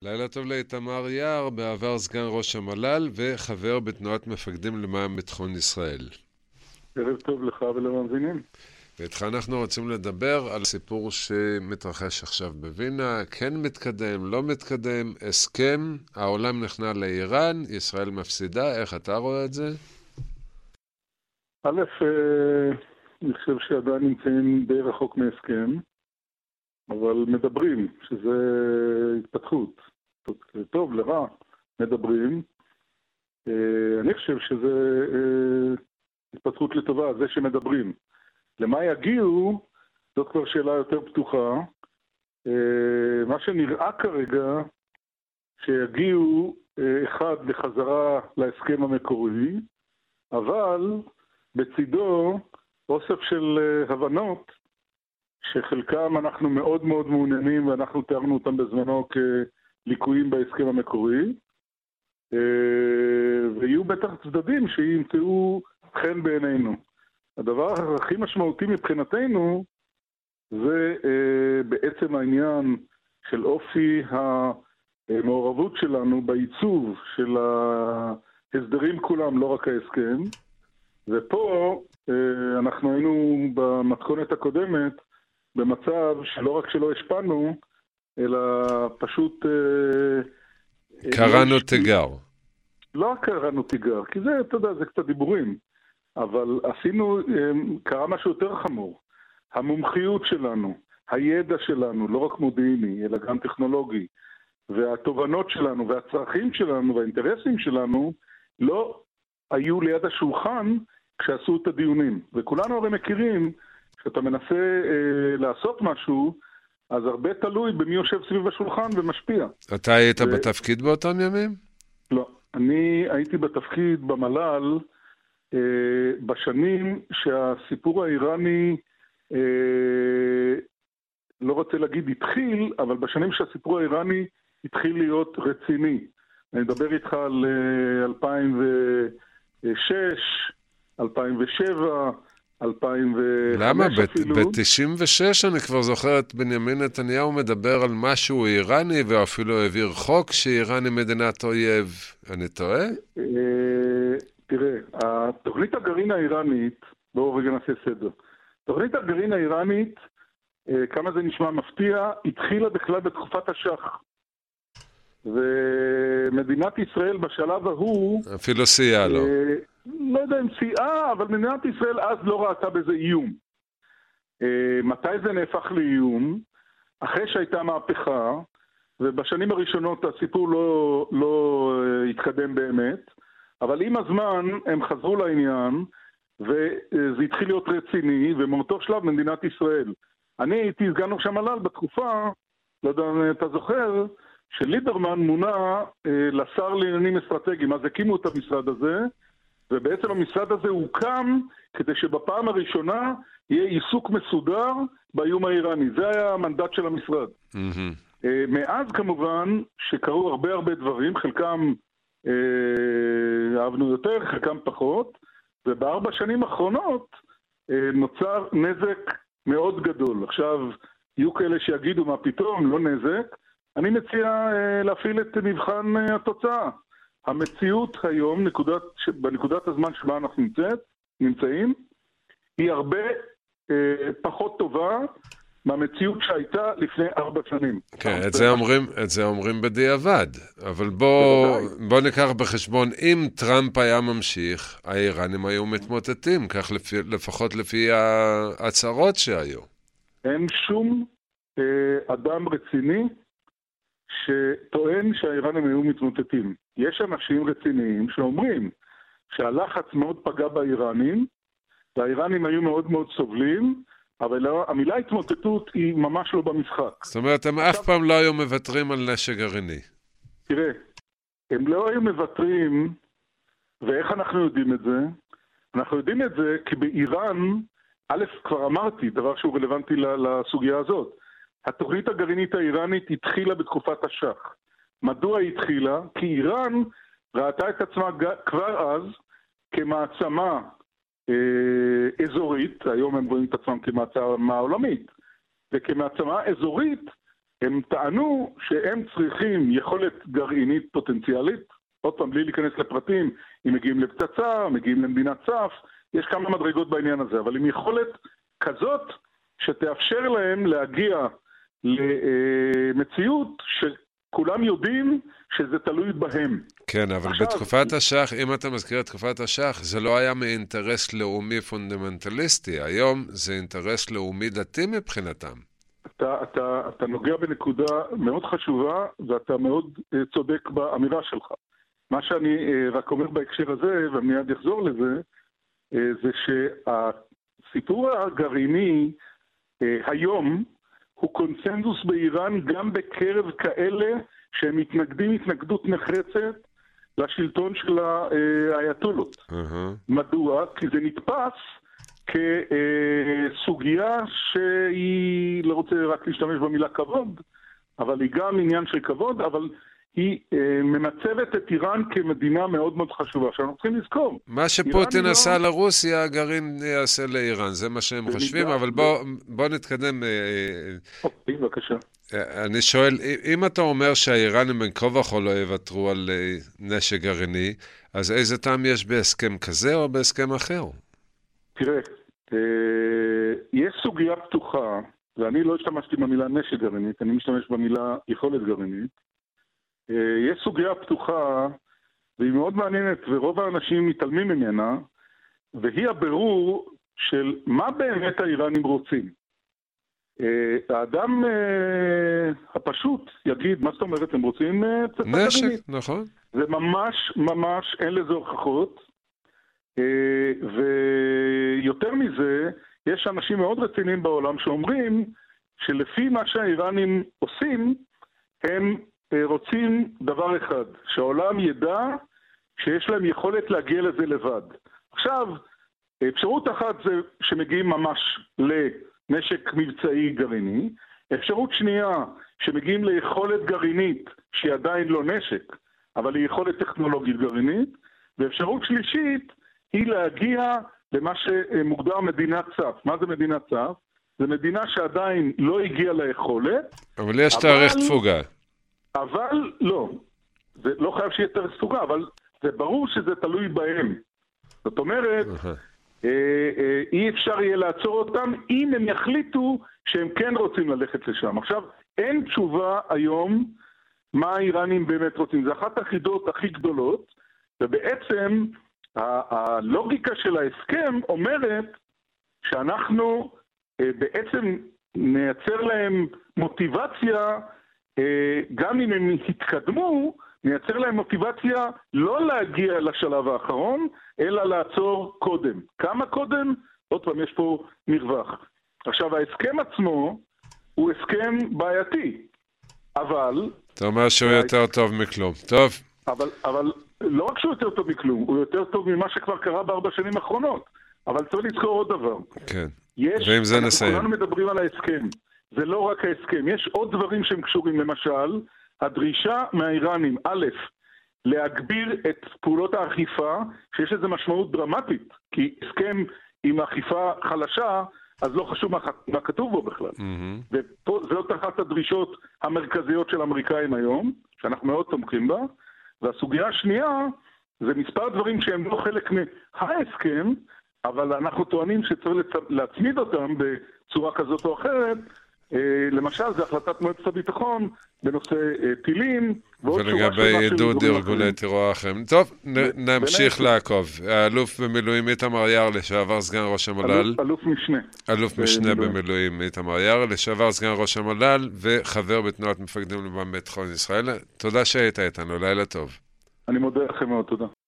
לילה טוב לאיתמר יער, בעבר סגן ראש המל"ל וחבר בתנועת מפקדים למען ביטחון ישראל. ערב טוב לך ולמאזינים. ואיתך אנחנו רוצים לדבר על סיפור שמתרחש עכשיו בווינה, כן מתקדם, לא מתקדם, הסכם, העולם נכנע לאיראן, ישראל מפסידה, איך אתה רואה את זה? א', אני חושב שעדיין נמצאים די רחוק מהסכם, אבל מדברים, שזה התפתחות. טוב, לרע, מדברים. אני חושב שזה התפתחות לטובה, זה שמדברים. למה יגיעו, זאת כבר שאלה יותר פתוחה. מה שנראה כרגע, שיגיעו אחד לחזרה להסכם המקורי, אבל בצידו אוסף של הבנות שחלקם אנחנו מאוד מאוד מעוניינים ואנחנו תיארנו אותם בזמנו כליקויים בהסכם המקורי, ויהיו בטח צדדים שימצאו חן בעינינו. הדבר הכי משמעותי מבחינתנו זה בעצם העניין של אופי המעורבות שלנו בעיצוב של ההסדרים כולם, לא רק ההסכם. ופה אנחנו היינו במתכונת הקודמת במצב שלא רק שלא השפענו, אלא פשוט קראנו תיגר. לא קראנו תיגר, כי זה, אתה יודע, זה קצת דיבורים. אבל קרה משהו יותר חמור. המומחיות שלנו, הידע שלנו, לא רק מודיעיני, אלא גם טכנולוגי, והתובנות שלנו, והצרכים שלנו, והאינטרסים שלנו, לא היו ליד השולחן כשעשו את הדיונים. וכולנו הרי מכירים שאתה מנסה לעשות משהו, אז הרבה תלוי במי יושב סביב השולחן ומשפיע. אתה היית בתפקיד באותם ימים? לא. אני הייתי בתפקיד במל"ל בשנים שהסיפור האיראני, לא רוצה להגיד התחיל, אבל בשנים שהסיפור האיראני התחיל להיות רציני. אני מדבר איתך על 2006, 2007, 2005 למה? אפילו. ב-96 אני כבר זוכר את בנימין נתניהו מדבר על משהו איראני, ואפילו העביר חוק שאיראן היא מדינת אויב. אני טועה? תראה, התוכנית הגרעין האיראנית, בואו רגע נעשה סדר. תוכנית הגרעין האיראנית, כמה זה נשמע מפתיע, התחילה בכלל בתקופת השח. ומדינת ישראל בשלב ההוא אפילו סייעה לו. לא יודע אם סייעה, אבל מדינת ישראל אז לא ראתה בזה איום. מתי זה נהפך לאיום? אחרי שהייתה מהפכה, ובשנים הראשונות הסיפור לא התקדם באמת, אבל עם הזמן הם חזרו לעניין, וזה התחיל להיות רציני, ומאותו שלב מדינת ישראל. אני הייתי סגן ראש המל"ל בתקופה, לא יודע אם אתה זוכר, שליברמן מונה לשר לעניינים אסטרטגיים, אז הקימו את המשרד הזה, ובעצם המשרד הזה הוקם כדי שבפעם הראשונה יהיה עיסוק מסודר באיום האיראני. זה היה המנדט של המשרד. מאז כמובן שקרו הרבה דברים, חלקם אהבנו יותר, חלקם פחות, וב4 שנים האחרונות נוצר נזק מאוד גדול. עכשיו, יהיו כאלה שיגידו מה פתאום, לא נזק. אני מציע להפעיל את מבחן התוצאה. המציאות היום, בנקודת הזמן שבה אנחנו נמצאים, היא הרבה פחות טובה מהמציאות שהייתה לפני 4 שנים. כן, את זה אומרים בדיעבד, אבל בוא ניקח בחשבון, אם טראמפ היה ממשיך, האיראנים היו מתמוטטים, כך לפחות לפי ההצהרות שהיו. אין שום אדם רציני שטוען שהאיראנים היו מתמוטטים. יש אנשים רציניים שאומרים שהלחץ מאוד פגע באיראנים, והאיראנים היו מאוד מאוד סובלים, אבל המילה התמוטטות היא ממש לא במשחק. זאת אומרת, הם אף פעם לא היו מוותרים על נשק גרעיני. תראה, הם לא היו מוותרים, ואיך אנחנו יודעים את זה? אנחנו יודעים את זה כי באיראן, א', כבר אמרתי, דבר שהוא רלוונטי לסוגיה הזאת, התוכנית הגרעינית האיראנית התחילה בתקופת השח. מדוע היא התחילה? כי איראן ראתה את עצמה כבר אז כמעצמה אזורית, היום הם רואים את עצמם כמעצמה עולמית, וכמעצמה אזורית הם טענו שהם צריכים יכולת גרעינית פוטנציאלית, עוד פעם, בלי להיכנס לפרטים, אם מגיעים לפצצה, מגיעים למדינת צף, יש כמה מדרגות בעניין הזה, אבל עם יכולת כזאת שתאפשר להם להגיע למציאות שכולם יודעים שזה תלוי בהם. כן, אבל עכשיו, בתקופת השח, אם אתה מזכיר את תקופת השח, זה לא היה מאינטרס לאומי פונדמנטליסטי, היום זה אינטרס לאומי דתי מבחינתם. אתה נוגע בנקודה מאוד חשובה, ואתה מאוד צודק באמירה שלך. מה שאני רק אומר בהקשר הזה, ומיד אחזור לזה, זה שהסיפור הגרעיני היום הוא קונסנזוס באיראן גם בקרב כאלה שהם מתנגדים התנגדות נחרצת לשלטון של האייתולות. מדוע? כי זה נתפס כסוגיה שהיא, לא רוצה רק להשתמש במילה כבוד, אבל היא גם עניין של כבוד, אבל היא ממצבת את איראן כמדינה מאוד מאוד חשובה. עכשיו אנחנו צריכים לזכור. מה שפוטין עשה לרוסיה, הגרעין יעשה לאיראן, זה מה שהם חושבים, אבל בוא נתקדם. אוקיי, בבקשה. אני שואל, אם אתה אומר שהאיראנים בין כה וכה לא יוותרו על נשק גרעיני, אז איזה טעם יש בהסכם כזה או בהסכם אחר? תראה, יש סוגיה פתוחה, ואני לא השתמשתי במילה נשק גרעינית, אני משתמש במילה יכולת גרעינית. יש סוגיה פתוחה, והיא מאוד מעניינת, ורוב האנשים מתעלמים ממנה, והיא הבירור של מה באמת האיראנים רוצים. האדם הפשוט יגיד, מה זאת אומרת, הם רוצים פצצה גרעינית? נשק, נכון. זה ממש ממש אין לזה הוכחות, ויותר מזה, יש אנשים מאוד רציניים בעולם שאומרים שלפי מה שהאיראנים עושים, הם רוצים דבר אחד, שהעולם ידע שיש להם יכולת להגיע לזה לבד. עכשיו, אפשרות אחת זה שמגיעים ממש לנשק מבצעי גרעיני, אפשרות שנייה שמגיעים ליכולת גרעינית שהיא עדיין לא נשק, אבל היא יכולת טכנולוגית גרעינית, ואפשרות שלישית היא להגיע למה שמוגדר מדינת צף. מה זה מדינת צף? זה מדינה שעדיין לא הגיעה ליכולת. אבל יש תאריך תפוגה. אבל לא, זה לא חייב שיהיה תאריך תפוגה, אבל זה ברור שזה תלוי בהם. זאת אומרת, אי אפשר יהיה לעצור אותם אם הם יחליטו שהם כן רוצים ללכת לשם. עכשיו, אין תשובה היום מה האיראנים באמת רוצים. זה אחת החידות הכי גדולות, ובעצם הלוגיקה של ההסכם אומרת שאנחנו בעצם נייצר להם מוטיבציה, גם אם הם התקדמו, נייצר להם מוטיבציה לא להגיע לשלב האחרון, אלא לעצור קודם. כמה קודם? עוד פעם, יש פה מרווח. עכשיו, ההסכם עצמו הוא הסכם בעייתי, אבל... אתה אומר שהוא יותר טוב מכלום. טוב. אבל לא רק שהוא יותר טוב מכלום, הוא יותר טוב ממה שכבר קרה ב4 שנים האחרונות. אבל צריך לזכור עוד דבר. כן. ועם זה נסיים. כולנו מדברים על ההסכם. זה לא רק ההסכם. יש עוד דברים שהם קשורים. למשל, הדרישה מהאיראנים, א', להגביר את פעולות האכיפה, שיש לזה משמעות דרמטית. כי הסכם עם אכיפה חלשה, אז לא חשוב מה כתוב בו בכלל. ופה זאת אחת הדרישות המרכזיות של האמריקאים היום, שאנחנו מאוד תומכים בה. והסוגיה השנייה, זה מספר דברים שהם לא חלק מההסכם, אבל אנחנו טוענים שצריך להצמיד אותם בצורה כזאת או אחרת. למשל, זה החלטת מועצת הביטחון בנושא טילים. ולגבי עידוד ארגוני טרור אחרים. טוב, נמשיך לעקוב. האלוף במילואים איתמר יער, לשעבר סגן ראש המל"ל. אלוף משנה. אלוף משנה במילואים איתמר יער, לשעבר סגן ראש המל"ל, וחבר בתנועת מפקדים למען ביטחון ישראל. תודה שהיית איתנו, לילה טוב. אני מודה לכם מאוד, תודה.